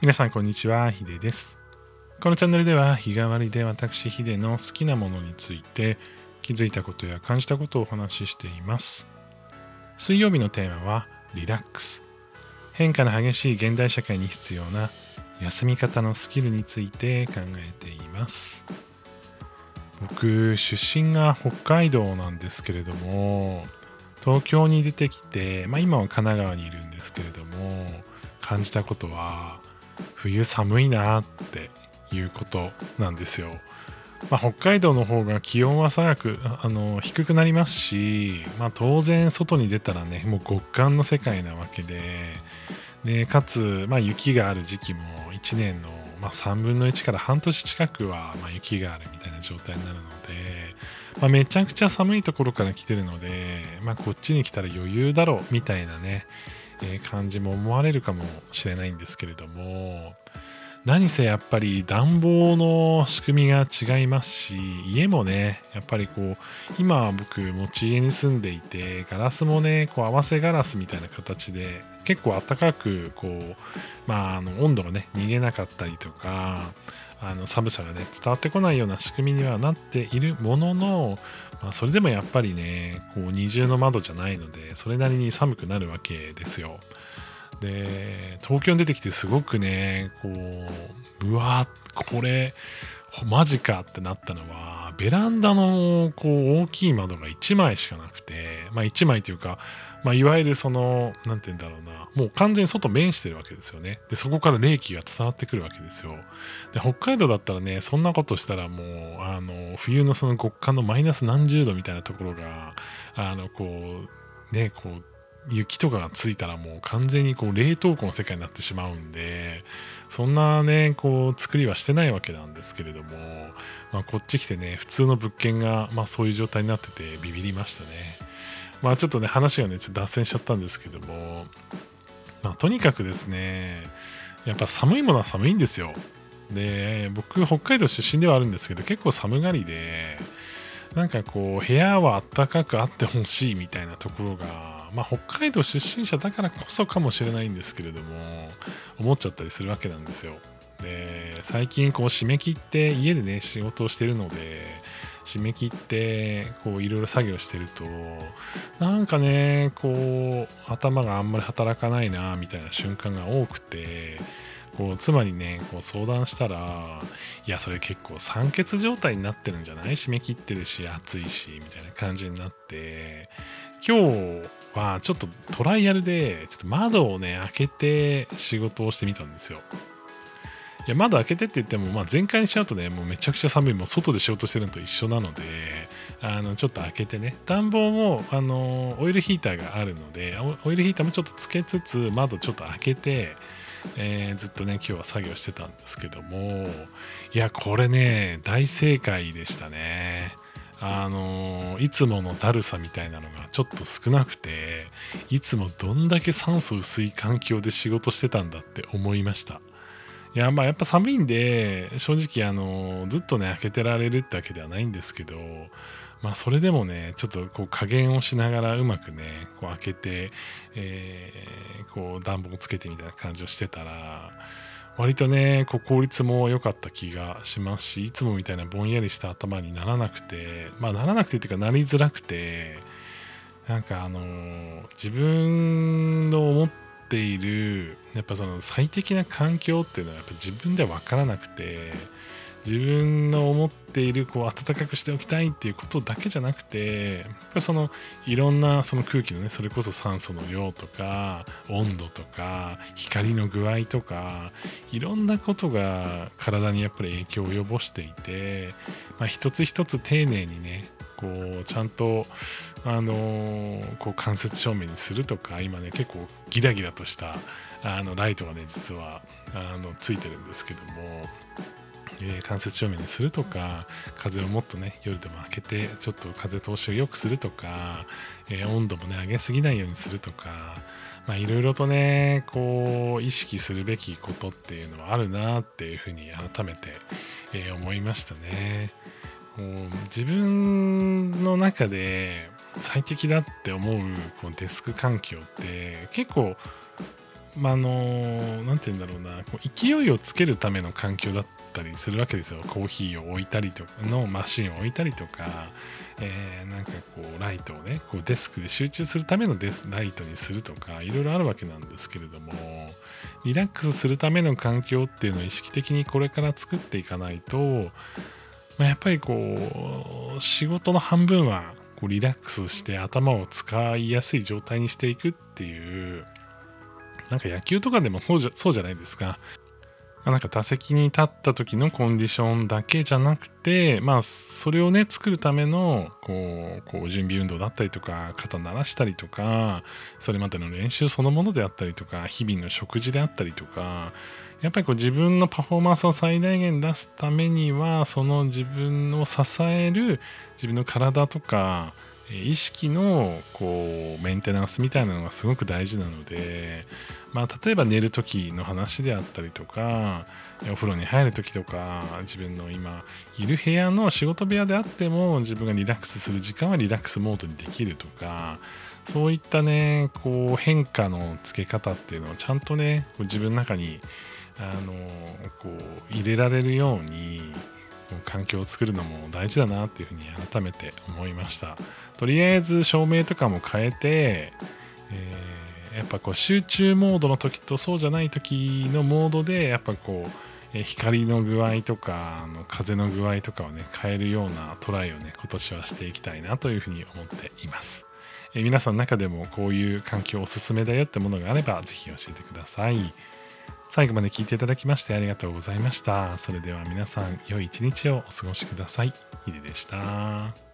皆さんこんにちは、ヒデです。このチャンネルでは日替わりで私ヒデの好きなものについて気づいたことや感じたことをお話ししています。水曜日のテーマはリラックス。変化の激しい現代社会に必要な休み方のスキルについて考えています。僕、出身が北海道なんですけれども、東京に出てきて、今は神奈川にいるんですけれども、感じたことは冬寒いなっていうことなんですよ。北海道の方が気温は低くなりますし、当然外に出たらね、もう極寒の世界なわけで、かつ、雪がある時期も1年の、3分の1から半年近くは、雪があるみたいな状態になるので、めちゃくちゃ寒いところから来てるので、こっちに来たら余裕だろうみたいなね、感じも思われるかもしれないんですけれども、何せやっぱり暖房の仕組みが違いますし、家もね、やっぱり今は僕持ち家に住んでいて、ガラスもね、合わせガラスみたいな形で、結構暖かく、温度がね、逃げなかったりとか、寒さがね、伝わってこないような仕組みにはなっているものの、それでもやっぱりね、二重の窓じゃないので、それなりに寒くなるわけですよ。で、東京に出てきてすごくね、うわこれ、マジかってなったのは、ベランダの大きい窓が1枚しかなくて、1枚というか、いわゆるなんて言うんだろうな、もう完全に外面してるわけですよね。で、そこから冷気が伝わってくるわけですよ。で、北海道だったらね、そんなことしたらもう、冬のその極寒のマイナス何十度みたいなところが、雪とかがついたらもう完全に冷凍庫の世界になってしまうんで、そんなね、作りはしてないわけなんですけれども、こっち来てね、普通の物件が、そういう状態になっててビビりましたね。ちょっとね、話がね、ちょっと脱線しちゃったんですけども、とにかくですね、やっぱ寒いものは寒いんですよ。で、僕、北海道出身ではあるんですけど、結構寒がりで、部屋は暖かくあってほしいみたいなところが、北海道出身者だからこそかもしれないんですけれども、思っちゃったりするわけなんですよ。で、最近締め切って家でね、仕事をしてるので、締め切っていろいろ作業してると、頭があんまり働かないなみたいな瞬間が多くて、妻にね相談したら、いやそれ結構酸欠状態になってるんじゃない、締め切ってるし暑いしみたいな感じになって、今日はちょっとトライアルでちょっと窓をね開けて仕事をしてみたんですよ。いや窓開けてって言っても、全開にしちゃうとね、もうめちゃくちゃ寒い、もう外で仕事してるのと一緒なので、ちょっと開けてね、暖房もオイルヒーターがあるので、オイルヒーターもちょっとつけつつ窓ちょっと開けて、ずっとね今日は作業してたんですけども、いやこれね大正解でしたね。いつものだるさみたいなのがちょっと少なくて、いつもどんだけ酸素薄い環境で仕事してたんだって思いました。いややっぱ寒いんで、正直ずっとね開けてられるってわけではないんですけど、それでもねちょっと加減をしながらうまくね開けて、暖房をつけてみたいな感じをしてたら、割とね効率も良かった気がしますし、いつもみたいなぼんやりした頭にならなくて、ならなくてっていうかなりづらくて、自分の思っているやっぱその最適な環境っていうのはやっぱ自分では分からなくて、自分の思っている暖かくしておきたいっていうことだけじゃなくて、やっぱりいろんなその空気のね、それこそ酸素の量とか温度とか光の具合とか、いろんなことが体にやっぱり影響を及ぼしていて、一つ一つ丁寧にねちゃんと間接照明にするとか、今ね結構ギラギラとしたライトがね実はついてるんですけども、間接照明にするとか、風をもっとね夜でも開けてちょっと風通しを良くするとか、温度もね上げすぎないようにするとか、いろいろとね意識するべきことっていうのはあるなっていうふうに改めて、思いましたね。自分の中で最適だって思うデスク環境って結構なんて言うんだろうな、こう勢いをつけるための環境だったりするわけですよ。コーヒーを置いたりとかのマシンを置いたりとか、なんかこうライトをね、こうデスクで集中するためのライトにするとか、いろいろあるわけなんですけれども、リラックスするための環境っていうのを意識的にこれから作っていかないと、やっぱりこう仕事の半分はこうリラックスして頭を使いやすい状態にしていくっていう、なんか野球とかでもそうじゃないですか。なんか打席に立った時のコンディションだけじゃなくて、それをね作るためのこう準備運動だったりとか、肩慣らしたりとか、それまでの練習そのものであったりとか、日々の食事であったりとか、やっぱりこう自分のパフォーマンスを最大限出すためには、その自分を支える自分の体とか意識のこうメンテナンスみたいなのがすごく大事なので、例えば寝る時の話であったりとか、お風呂に入る時とか、自分の今いる部屋の仕事部屋であっても、自分がリラックスする時間はリラックスモードにできるとか、そういったねこう変化のつけ方っていうのをちゃんとねこう自分の中にこう入れられるように環境を作るのも大事だなっていうふうに改めて思いました。とりあえず照明とかも変えて、やっぱこう集中モードの時とそうじゃない時のモードでやっぱこう光の具合とか風の具合とかをね変えるようなトライをね今年はしていきたいなというふうに思っています。皆さんの中でもこういう環境おすすめだよってものがあればぜひ教えてください。最後まで聞いていただきましてありがとうございました。それでは皆さん良い一日をお過ごしください。ヒデでした。